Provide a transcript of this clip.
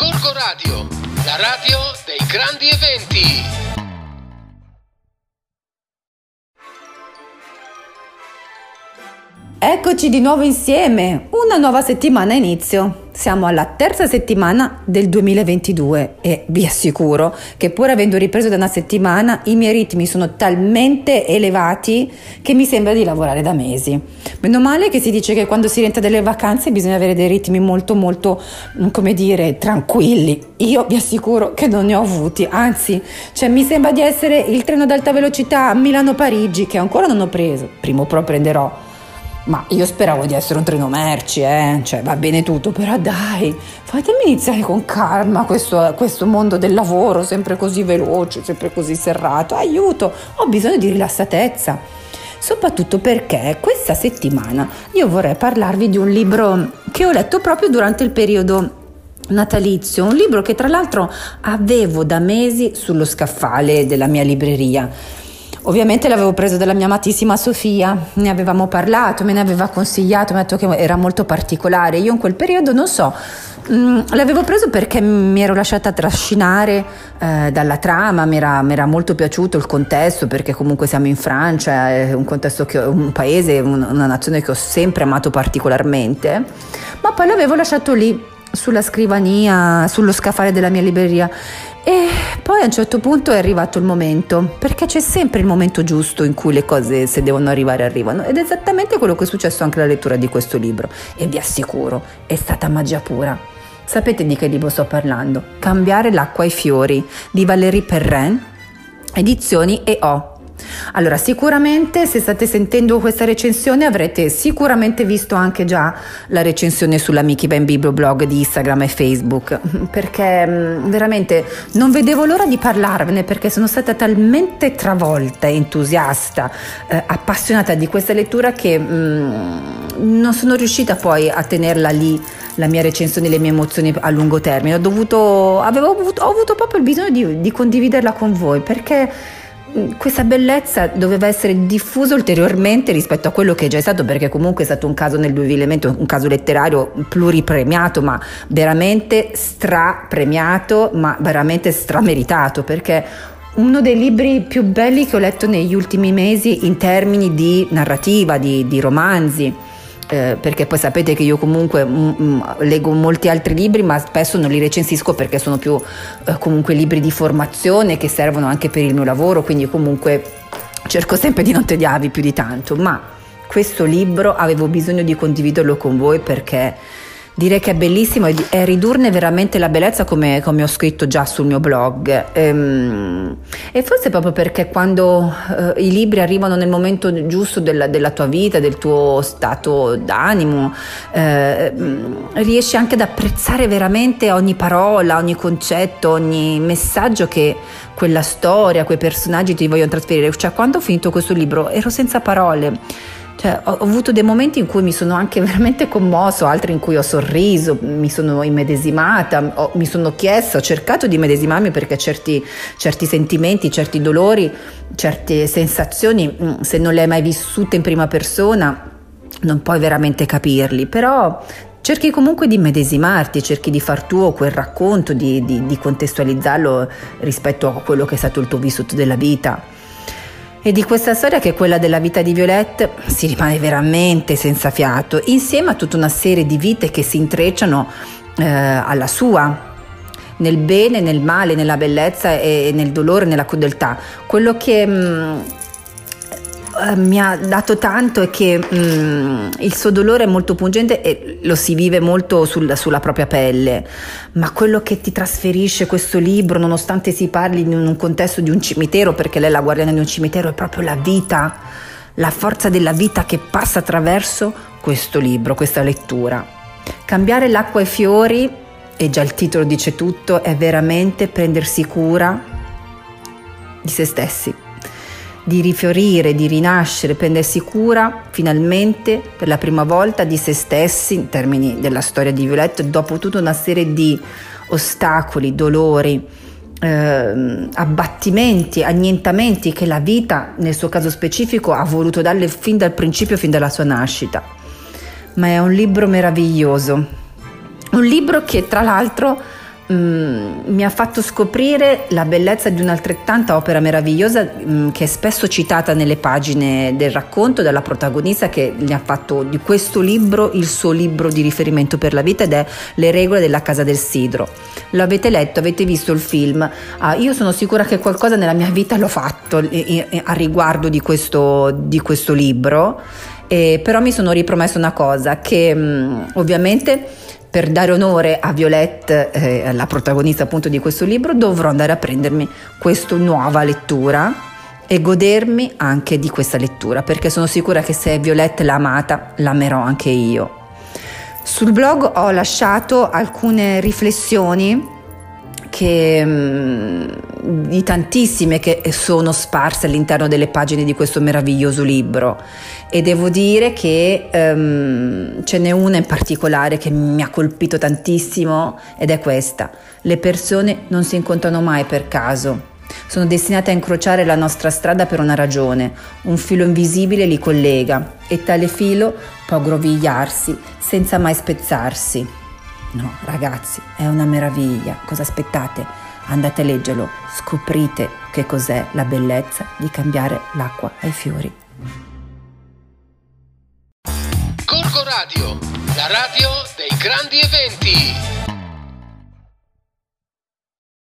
Gorgo Radio, la radio dei grandi eventi. Eccoci di nuovo insieme, una nuova settimana a inizio. Siamo alla terza settimana del 2022 e vi assicuro che pur avendo ripreso da una settimana i miei ritmi sono talmente elevati che mi sembra di lavorare da mesi. Meno male che si dice che quando si rientra dalle vacanze bisogna avere dei ritmi molto, come dire, tranquilli. Io vi assicuro che non ne ho avuti, anzi, mi sembra di essere il treno ad alta velocità Milano-Parigi che ancora non ho preso, prima o poi prenderò. Ma io speravo di essere un treno merci, va bene tutto, però dai, fatemi iniziare con calma questo mondo del lavoro, sempre così veloce, sempre così serrato, aiuto, ho bisogno di rilassatezza. Soprattutto perché questa settimana io vorrei parlarvi di un libro che ho letto proprio durante il periodo natalizio, un libro che tra l'altro avevo da mesi sullo scaffale della mia libreria. Ovviamente l'avevo preso dalla mia amatissima Sofia, ne avevamo parlato, me ne aveva consigliato, mi ha detto che era molto particolare. Io in quel periodo non so, l'avevo preso perché mi ero lasciata trascinare dalla trama, mi era molto piaciuto il contesto, perché comunque siamo in Francia, è un contesto un paese, una nazione che ho sempre amato particolarmente, ma poi l'avevo lasciato lì sulla scrivania, sullo scaffale della mia libreria. E poi a un certo punto è arrivato il momento, perché c'è sempre il momento giusto in cui le cose, se devono arrivare, arrivano, ed è esattamente quello che è successo anche alla lettura di questo libro, e vi assicuro, è stata magia pura. Sapete di che libro sto parlando? Cambiare l'acqua ai fiori, di Valérie Perrin, edizioni EO. Allora, sicuramente se state sentendo questa recensione avrete sicuramente visto anche già la recensione sulla Miki Ben Biblioblog di Instagram e Facebook, perché veramente non vedevo l'ora di parlarvene, perché sono stata talmente travolta, entusiasta, appassionata di questa lettura che non sono riuscita poi a tenerla lì, la mia recensione, le mie emozioni a lungo termine. Ho avuto proprio il bisogno di condividerla con voi, perché questa bellezza doveva essere diffusa ulteriormente rispetto a quello che è già stato, perché comunque è stato un caso nel 2020, un caso letterario pluripremiato, ma veramente strapremiato, ma veramente strameritato, perché uno dei libri più belli che ho letto negli ultimi mesi in termini di narrativa, di romanzi. Perché poi sapete che io comunque leggo molti altri libri, ma spesso non li recensisco perché sono più comunque libri di formazione che servono anche per il mio lavoro, quindi comunque cerco sempre di non tediarvi più di tanto, ma questo libro avevo bisogno di condividerlo con voi, perché direi che è bellissimo e ridurne veramente la bellezza, come ho scritto già sul mio blog, e forse proprio perché quando i libri arrivano nel momento giusto della tua vita, del tuo stato d'animo, riesci anche ad apprezzare veramente ogni parola, ogni concetto, ogni messaggio che quella storia, quei personaggi ti vogliono trasferire. Quando ho finito questo libro ero senza parole. Ho avuto dei momenti in cui mi sono anche veramente commosso, altri in cui ho sorriso, mi sono immedesimata, mi sono chiesta, ho cercato di immedesimarmi, perché certi sentimenti, certi dolori, certe sensazioni, se non le hai mai vissute in prima persona, non puoi veramente capirli, però cerchi comunque di immedesimarti, cerchi di far tuo quel racconto, di contestualizzarlo rispetto a quello che è stato il tuo vissuto della vita. E di questa storia, che è quella della vita di Violette, si rimane veramente senza fiato, insieme a tutta una serie di vite che si intrecciano alla sua, nel bene, nel male, nella bellezza e nel dolore, nella crudeltà. Quello che mi ha dato tanto è che il suo dolore è molto pungente e lo si vive molto sulla propria pelle, ma quello che ti trasferisce questo libro, nonostante si parli in un contesto di un cimitero, perché lei è la guardiana di un cimitero, è proprio la vita, la forza della vita che passa attraverso questo libro, questa lettura. Cambiare l'acqua ai fiori, e già il titolo dice tutto, è veramente prendersi cura di se stessi, di rifiorire, di rinascere, prendersi cura finalmente per la prima volta di se stessi, in termini della storia di Violette, dopo tutta una serie di ostacoli, dolori, abbattimenti, annientamenti che la vita, nel suo caso specifico, ha voluto darle fin dal principio, fin dalla sua nascita. Ma è un libro meraviglioso, un libro che tra l'altro mi ha fatto scoprire la bellezza di un'altrettanta opera meravigliosa che è spesso citata nelle pagine del racconto dalla protagonista, che gli ha fatto di questo libro il suo libro di riferimento per la vita, ed è Le regole della Casa del Sidro. L'avete letto, avete visto il film? Io sono sicura che qualcosa nella mia vita l'ho fatto a riguardo di questo libro, però mi sono ripromessa una cosa, che ovviamente per dare onore a Violette, la protagonista appunto di questo libro, dovrò andare a prendermi questa nuova lettura e godermi anche di questa lettura, perché sono sicura che se Violette l'ha amata, l'amerò anche io. Sul blog ho lasciato alcune riflessioni di tantissime che sono sparse all'interno delle pagine di questo meraviglioso libro, e devo dire che ce n'è una in particolare che mi ha colpito tantissimo, ed è questa: le persone non si incontrano mai per caso, sono destinate a incrociare la nostra strada per una ragione, un filo invisibile li collega e tale filo può aggrovigliarsi senza mai spezzarsi. No, ragazzi, è una meraviglia. Cosa aspettate? Andate a leggerlo, scoprite che cos'è la bellezza di cambiare l'acqua ai fiori. Gorgo Radio, la radio dei grandi eventi.